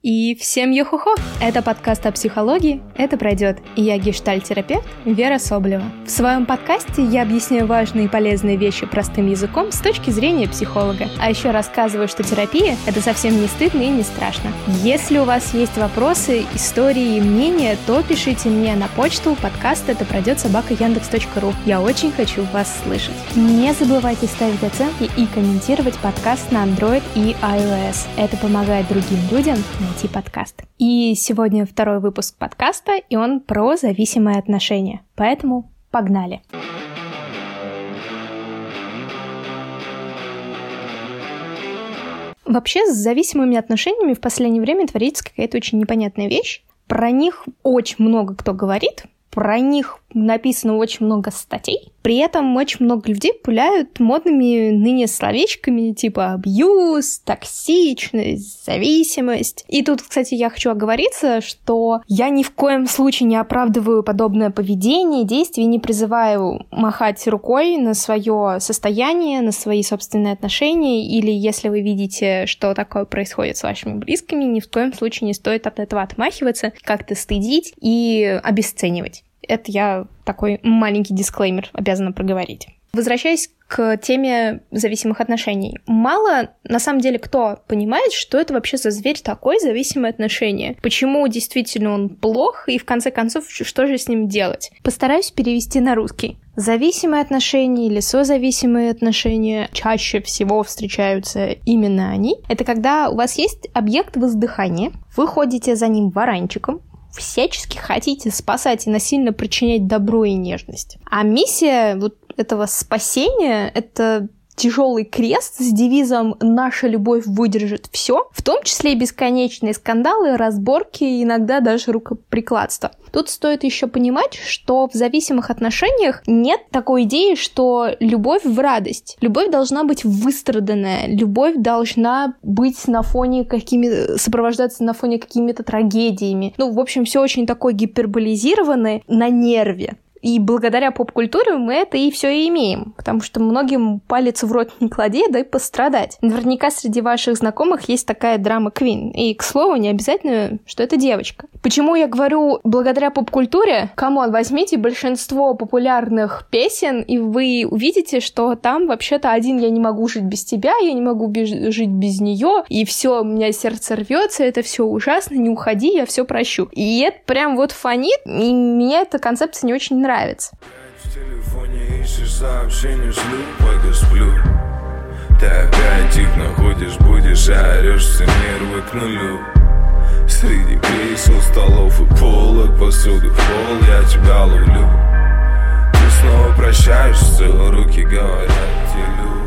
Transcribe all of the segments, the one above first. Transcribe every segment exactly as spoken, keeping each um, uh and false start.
И всем йо-хо-хо! Это подкаст о психологии «Это пройдет». И я гештальт-терапевт Вера Соболева. В своем подкасте я объясняю важные и полезные вещи простым языком с точки зрения психолога. А еще рассказываю, что терапия – это совсем не стыдно и не страшно. Если у вас есть вопросы, истории и мнения, то пишите мне на почту подкаст это пройдет собака яндекс точка ру. Я очень хочу вас слышать. Не забывайте ставить оценки и комментировать подкаст на Android и iOS. Это помогает другим людям найти подкаст. И сегодня второй выпуск подкаста, и он про зависимые отношения. Поэтому погнали! Вообще, с зависимыми отношениями в последнее время творится какая-то очень непонятная вещь. Про них очень много кто говорит, про них написано очень много статей. При этом очень много людей пуляют модными ныне словечками типа абьюз, токсичность, зависимость. И тут, кстати, я хочу оговориться, что я ни в коем случае не оправдываю подобное поведение, действия, не призываю махать рукой на свое состояние, на свои собственные отношения, или если вы видите, что такое происходит с вашими близкими, ни в коем случае не стоит от этого отмахиваться, как-то стыдить и обесценивать. Это я такой маленький дисклеймер обязана проговорить. Возвращаясь к теме зависимых отношений. Мало, на самом деле, кто понимает, что это вообще за зверь такой, зависимые отношения. Почему действительно он плох, и в конце концов, что же с ним делать? Постараюсь перевести на русский. Зависимые отношения или созависимые отношения, чаще всего встречаются именно они. Это когда у вас есть объект воздыхания, вы ходите за ним варанчиком, всячески хотите спасать и насильно причинять добро и нежность. А миссия вот этого спасения — это тяжелый крест с девизом «Наша любовь выдержит все», в том числе и бесконечные скандалы, разборки и иногда даже рукоприкладство. Тут стоит еще понимать, что в зависимых отношениях нет такой идеи, что любовь в радость. Любовь должна быть выстраданная, любовь должна быть на фоне какими... сопровождаться на фоне какими-то трагедиями. Ну, в общем, все очень такое гиперболизированное, на нерве. И благодаря поп-культуре мы это и все и имеем, потому что многим палец в рот не клади, дай пострадать. Наверняка среди ваших знакомых есть такая драма Квин. И, к слову, не обязательно, что это девочка. Почему я говорю благодаря поп-культуре? Камон, возьмите большинство популярных песен, и вы увидите, что там вообще-то один «я не могу жить без тебя», «я не могу без- жить без нее», и все, у меня сердце рвется, это все ужасно, не уходи, я все прощу. И это прям вот фонит, и меня эта концепция не очень нравится. Нравится. В телефоне ищешь сообщение, шлю, пока сплю. Ты опять их находишь, будешь, орешь, все нервы к нулю. Среди кресел, столов и полок, посуды в пол, я тебя ловлю. Ты снова прощаешься, руки говорят, я люблю.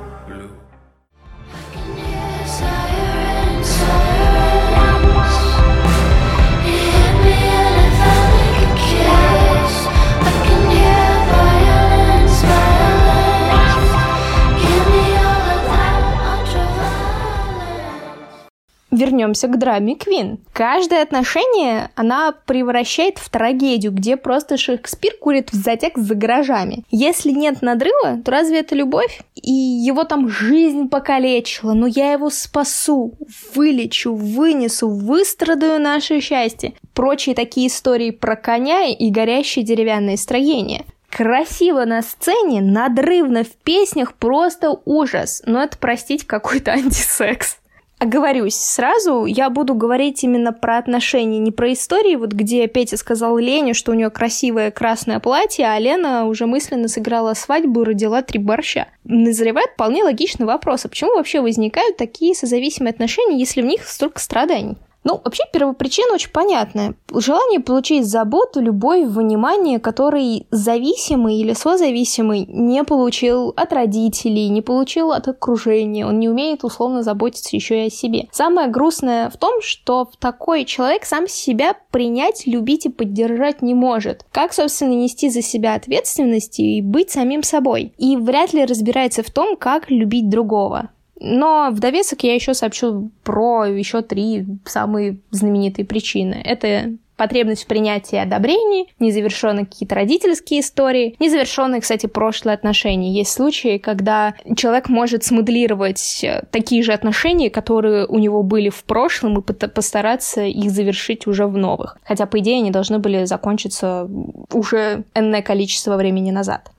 Вернемся к драме Квин. Каждое отношение она превращает в трагедию, где просто Шекспир курит в затяг за гаражами. Если нет надрыва, то разве это любовь? И его там жизнь покалечила, но я его спасу, вылечу, вынесу, выстрадаю наше счастье. Прочие такие истории про коня и горящие деревянные строения. Красиво на сцене, надрывно в песнях, просто ужас. Но это, простите, какой-то антисекс. Оговорюсь сразу, я буду говорить именно про отношения, не про истории, вот где Петя сказал Лене, что у нее красивое красное платье, а Лена уже мысленно сыграла свадьбу и родила три борща. Назревает вполне логичный вопрос, а почему вообще возникают такие созависимые отношения, если в них столько страданий? Ну, вообще, первопричина очень понятная. Желание получить заботу, любовь, внимание, который зависимый или созависимый не получил от родителей, не получил от окружения. Он не умеет условно заботиться еще и о себе. Самое грустное в том, что такой человек сам себя принять, любить и поддержать не может. Как, собственно, нести за себя ответственность и быть самим собой? И вряд ли разбирается в том, как любить другого. Но в довесок я еще сообщу про еще три самые знаменитые причины. Это Потребность в принятии и одобрении, незавершенные какие-то родительские истории, незавершенные, кстати, прошлые отношения. Есть случаи, когда человек может смоделировать такие же отношения, которые у него были в прошлом, и постараться их завершить уже в новых. Хотя, по идее, они должны были закончиться уже энное количество времени назад.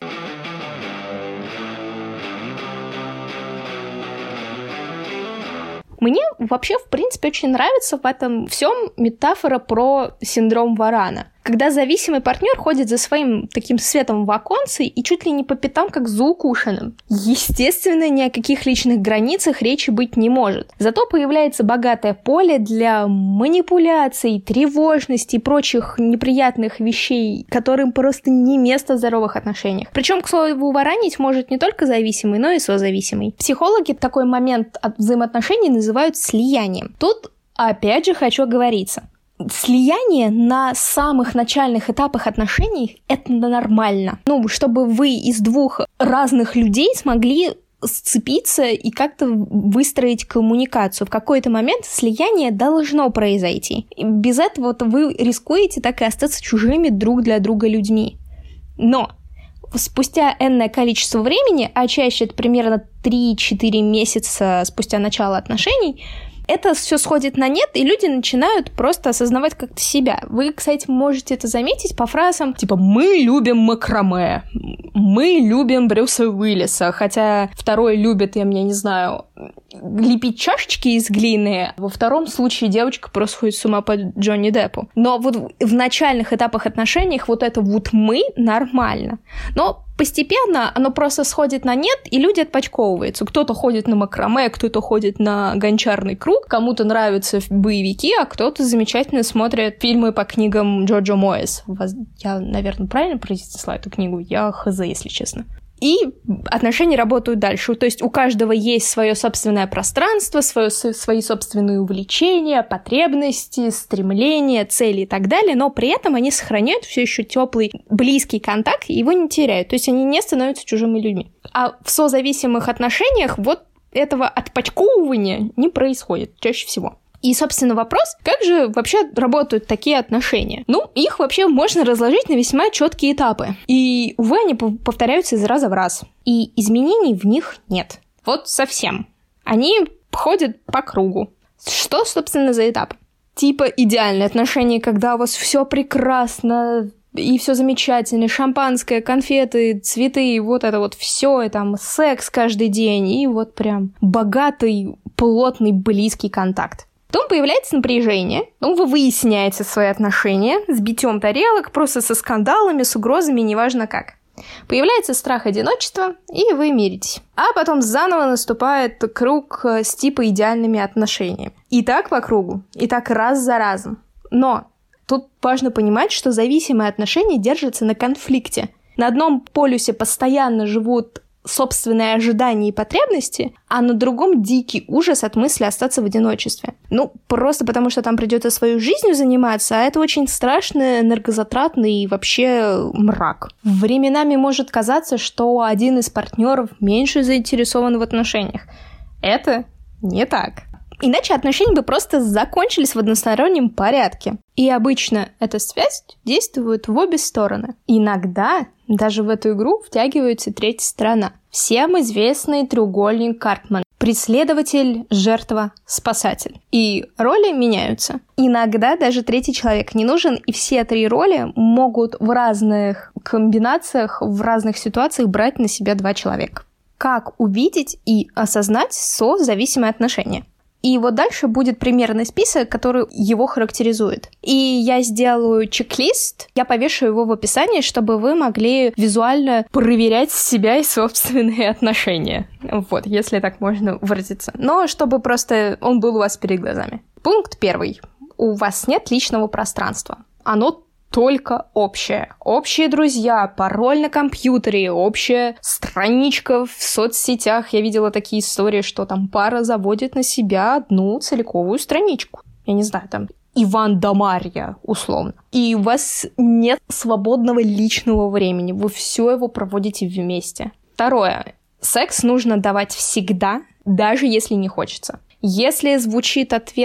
Мне вообще, в принципе, очень нравится в этом всем метафора про синдром Варана. Когда зависимый партнер ходит за своим таким светом в оконце и чуть ли не по пятам, как за укушенным. Естественно, ни о каких личных границах речи быть не может. Зато появляется богатое поле для манипуляций, тревожности и прочих неприятных вещей, которым просто не место в здоровых отношениях. Причем, к слову, варанить может не только зависимый, но и созависимый. Психологи такой момент взаимоотношений называют слиянием. Тут, опять же, хочу оговориться. Слияние на самых начальных этапах отношений — это нормально. Ну, чтобы вы из двух разных людей смогли сцепиться и как-то выстроить коммуникацию. В какой-то момент слияние должно произойти. Без этого вот вы рискуете так и остаться чужими друг для друга людьми. Но спустя энное количество времени, а чаще это примерно три-четыре месяца спустя начала отношений, это все сходит на нет, и люди начинают просто осознавать как-то себя. Вы, кстати, можете это заметить по фразам типа «мы любим макраме», «мы любим Брюса Уиллиса», хотя второй любит, я не знаю, лепить чашечки из глины, во втором случае девочка просто ходит с ума по Джонни Деппу. Но вот в начальных этапах отношений вот это вот «мы» нормально. Но постепенно оно просто сходит на нет, и люди отпочковываются. Кто-то ходит на макраме, кто-то ходит на гончарный круг, кому-то нравятся боевики, а кто-то замечательно смотрит фильмы по книгам Джоджо Моэс. Я, наверное, правильно произнесла эту книгу? Я хз, если честно. И отношения работают дальше. То есть у каждого есть свое собственное пространство, свое, свои собственные увлечения, потребности, стремления, цели и так далее, но при этом они сохраняют все еще теплый, близкий контакт и его не теряют. То есть они не становятся чужими людьми. А в созависимых отношениях вот этого отпочковывания не происходит чаще всего. И, собственно, вопрос, как же вообще работают такие отношения? Ну, их вообще можно разложить на весьма четкие этапы. И, увы, они повторяются из раза в раз. И изменений в них нет. Вот совсем. Они ходят по кругу. Что, собственно, за этап? Типа идеальные отношения, когда у вас все прекрасно, и все замечательно, шампанское, конфеты, цветы, и вот это вот все, и там секс каждый день, и вот прям богатый, плотный, близкий контакт. Потом появляется напряжение, ну, вы выясняете свои отношения с битьем тарелок, просто со скандалами, с угрозами, неважно как. Появляется страх одиночества, и вы миритесь. А потом заново наступает круг с типа идеальными отношениями. И так по кругу, и так раз за разом. Но тут важно понимать, что зависимые отношения держатся на конфликте. На одном полюсе постоянно живут собственные ожидания и потребности, а на другом дикий ужас от мысли остаться в одиночестве. Ну, просто потому, что там придется свою жизнью заниматься, а это очень страшно, энергозатратный и вообще мрак. Временами может казаться, что один из партнеров меньше заинтересован в отношениях. Это не так. Иначе отношения бы просто закончились в одностороннем порядке. И обычно эта связь действует в обе стороны. Иногда даже в эту игру втягивается третья сторона. Всем известный треугольник Карпмана. Преследователь, жертва, спасатель. И роли меняются. Иногда даже третий человек не нужен, и все три роли могут в разных комбинациях, в разных ситуациях брать на себя два человека. Как увидеть и осознать созависимые отношения? И вот дальше будет примерный список, который его характеризует. И я сделаю чек-лист, я повешу его в описании, чтобы вы могли визуально проверять себя и собственные отношения. Вот, если так можно выразиться. Но чтобы просто он был у вас перед глазами. Пункт первый. У вас нет личного пространства. Оно только общее. Общие друзья, пароль на компьютере, общая страничка в соцсетях. Я видела такие истории, что там пара заводит на себя одну целиковую страничку. Я не знаю, там Иван да Марья, условно. И у вас нет свободного личного времени. Вы все его проводите вместе. Второе. Секс нужно давать всегда, даже если не хочется. Если звучит ответ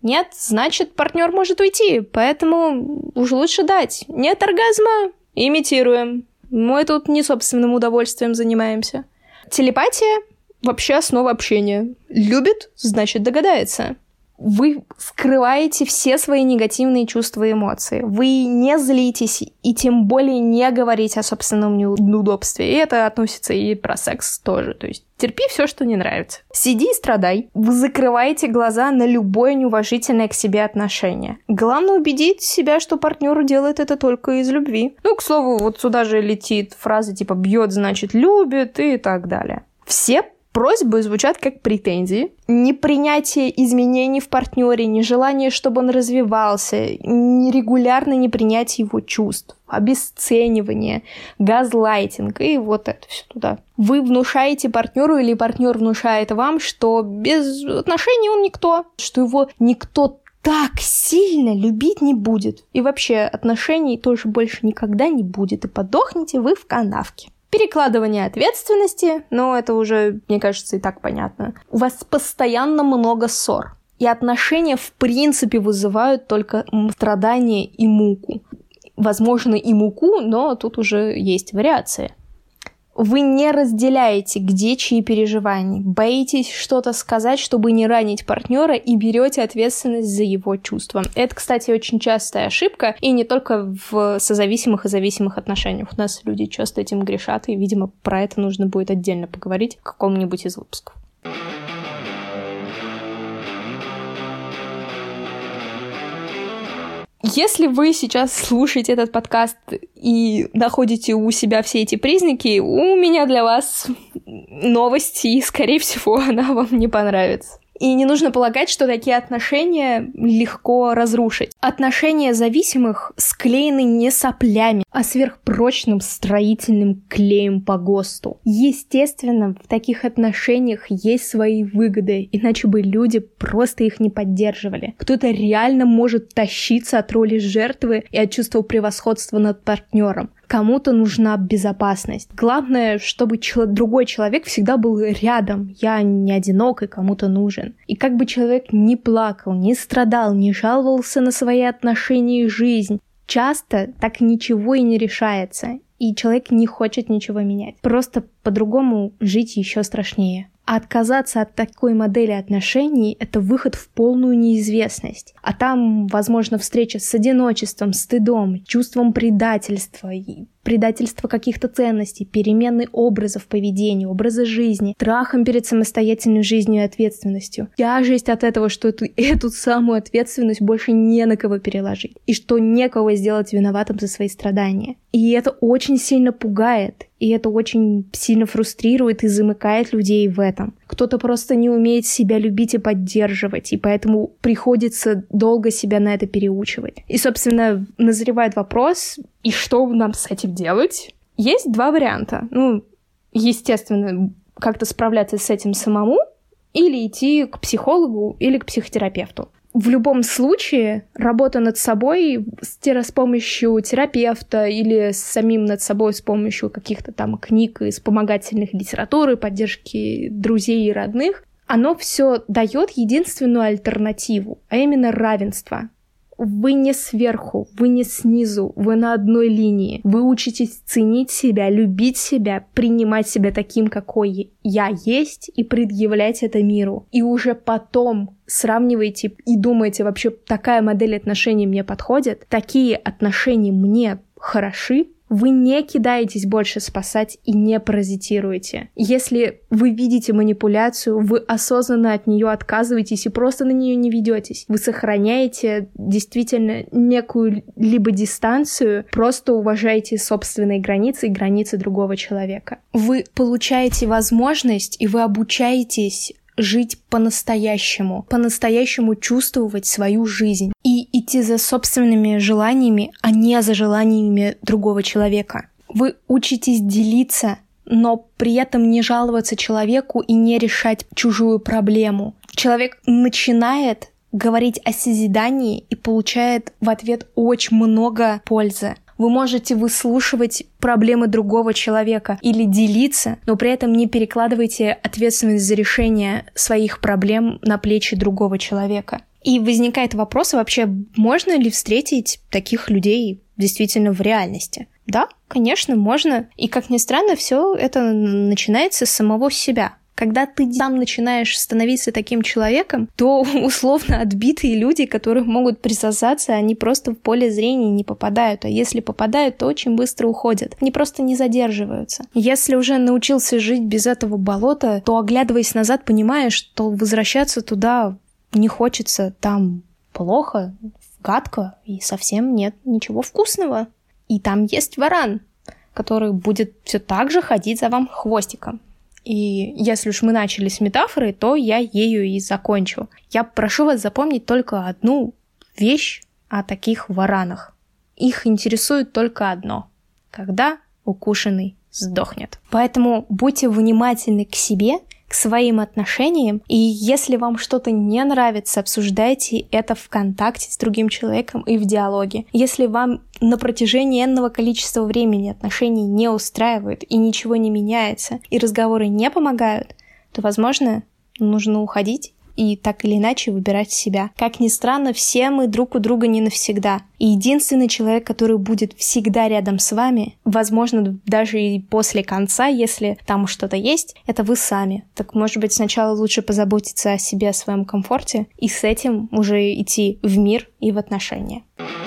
Нет, значит, партнер может уйти, поэтому уж лучше дать. Нет оргазма? Имитируем. Мы тут не собственным удовольствием занимаемся. Телепатия — вообще основа общения. Любит, значит, догадается. Вы скрываете все свои негативные чувства и эмоции. Вы не злитесь и тем более не говорите о собственном неудобстве. И это относится и про секс тоже. То есть терпи все, что не нравится. Сиди и страдай. Вы закрываете глаза на любое неуважительное к себе отношение. Главное убедить себя, что партнер делает это только из любви. Ну, к слову, вот сюда же летит фраза типа «бьет, значит, любит» и так далее. Все просьбы звучат как претензии. Непринятие изменений в партнере, нежелание, чтобы он развивался, нерегулярное непринятие его чувств, обесценивание, газлайтинг и вот это все туда. Вы внушаете партнеру или партнер внушает вам, что без отношений он никто, что его никто так сильно любить не будет. И вообще отношений тоже больше никогда не будет, и подохнете вы в канавке. Перекладывание ответственности, но это уже, мне кажется, и так понятно. У вас постоянно много ссор, и отношения в принципе вызывают только страдания и муку. Возможно, и муку, но тут уже есть вариации. Вы не разделяете, где чьи переживания, боитесь что-то сказать, чтобы не ранить партнера, и берете ответственность за его чувства. Это, кстати, очень частая ошибка, и не только в созависимых и зависимых отношениях. У нас люди часто этим грешат, и, видимо, про это нужно будет отдельно поговорить в каком-нибудь из выпусков. Если вы сейчас слушаете этот подкаст и находите у себя все эти признаки, у меня для вас новость, и, скорее всего, она вам не понравится. И не нужно полагать, что такие отношения легко разрушить. Отношения зависимых склеены не соплями, а сверхпрочным строительным клеем по ГОСТу. Естественно, в таких отношениях есть свои выгоды, иначе бы люди просто их не поддерживали. Кто-то реально может тащиться от роли жертвы и от чувства превосходства над партнером. Кому-то нужна безопасность. Главное, чтобы чел- другой человек всегда был рядом. Я не одинок и кому-то нужен. И как бы человек не плакал, не страдал, не жаловался на свои отношения и жизнь, часто так ничего и не решается. И человек не хочет ничего менять. Просто по-другому жить еще страшнее. А отказаться от такой модели отношений — это выход в полную неизвестность. А там, возможно, встреча с одиночеством, стыдом, чувством предательства, предательства каких-то ценностей, перемены образов поведения, образа жизни, страхом перед самостоятельной жизнью и ответственностью. Тяжесть от этого, что эту, эту самую ответственность больше не на кого переложить, и что некого сделать виноватым за свои страдания. И это очень сильно пугает, и это очень сильно фрустрирует и замыкает людей в этом. Кто-то просто не умеет себя любить и поддерживать, и поэтому приходится долго себя на это переучивать. И, собственно, назревает вопрос, и что нам с этим делать? Есть два варианта. Ну, естественно, как-то справляться с этим самому, или идти к психологу или к психотерапевту. В любом случае, работа над собой с помощью терапевта или с самим над собой с помощью каких-то там книг и вспомогательных литературы, поддержки друзей и родных, оно все дает единственную альтернативу, а именно равенство. Вы не сверху, вы не снизу, вы на одной линии. Вы учитесь ценить себя, любить себя, принимать себя таким, какой я есть, и предъявлять это миру. И уже потом сравниваете и думаете, вообще такая модель отношений мне подходит, такие отношения мне хороши. Вы не кидаетесь больше спасать и не паразитируете. Если вы видите манипуляцию, вы осознанно от нее отказываетесь и просто на нее не ведетесь. Вы сохраняете действительно некую либо дистанцию, просто уважаете собственные границы и границы другого человека. Вы получаете возможность и вы обучаетесь жить по-настоящему, по-настоящему чувствовать свою жизнь и идти за собственными желаниями, а не за желаниями другого человека. Вы учитесь делиться, но при этом не жаловаться человеку и не решать чужую проблему. Человек начинает говорить о созидании и получает в ответ очень много пользы. Вы можете выслушивать проблемы другого человека или делиться, но при этом не перекладывайте ответственность за решение своих проблем на плечи другого человека. И возникает вопрос, вообще, можно ли встретить таких людей действительно в реальности? Да, конечно, можно. И, как ни странно, все это начинается с самого себя. Когда ты сам начинаешь становиться таким человеком, то условно отбитые люди, которые могут присосаться, они просто в поле зрения не попадают. А если попадают, то очень быстро уходят. Они просто не задерживаются. Если уже научился жить без этого болота, то, оглядываясь назад, понимаешь, что возвращаться туда не хочется. Там плохо, гадко и совсем нет ничего вкусного. И там есть варан, который будет все так же ходить за вам хвостиком. И если уж мы начали с метафоры, то я ею и закончу. Я прошу вас запомнить только одну вещь о таких варанах. Их интересует только одно. Когда укушенный сдохнет. Поэтому будьте внимательны к себе, к своим отношениям, и если вам что-то не нравится, обсуждайте это в контакте с другим человеком и в диалоге. Если вам на протяжении энного количества времени отношения не устраивают и ничего не меняется, и разговоры не помогают, то, возможно, нужно уходить и так или иначе выбирать себя. Как ни странно, все мы друг у друга не навсегда. И единственный человек, который будет всегда рядом с вами, возможно, даже и после конца, если там что-то есть, это вы сами. Так, может быть, сначала лучше позаботиться о себе, о своем комфорте, и с этим уже идти в мир и в отношения.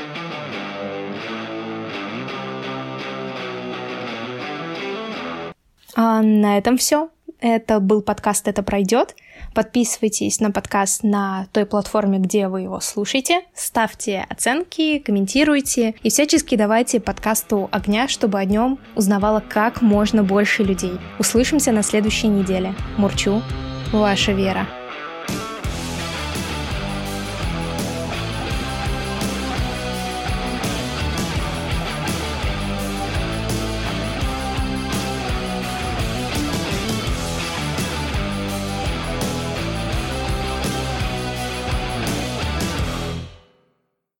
А на этом все. Это был подкаст «Это пройдет». Подписывайтесь на подкаст на той платформе, где вы его слушаете. Ставьте оценки, комментируйте и всячески давайте подкасту огня, чтобы о нем узнавало как можно больше людей. Услышимся на следующей неделе. Мурчу, ваша Вера.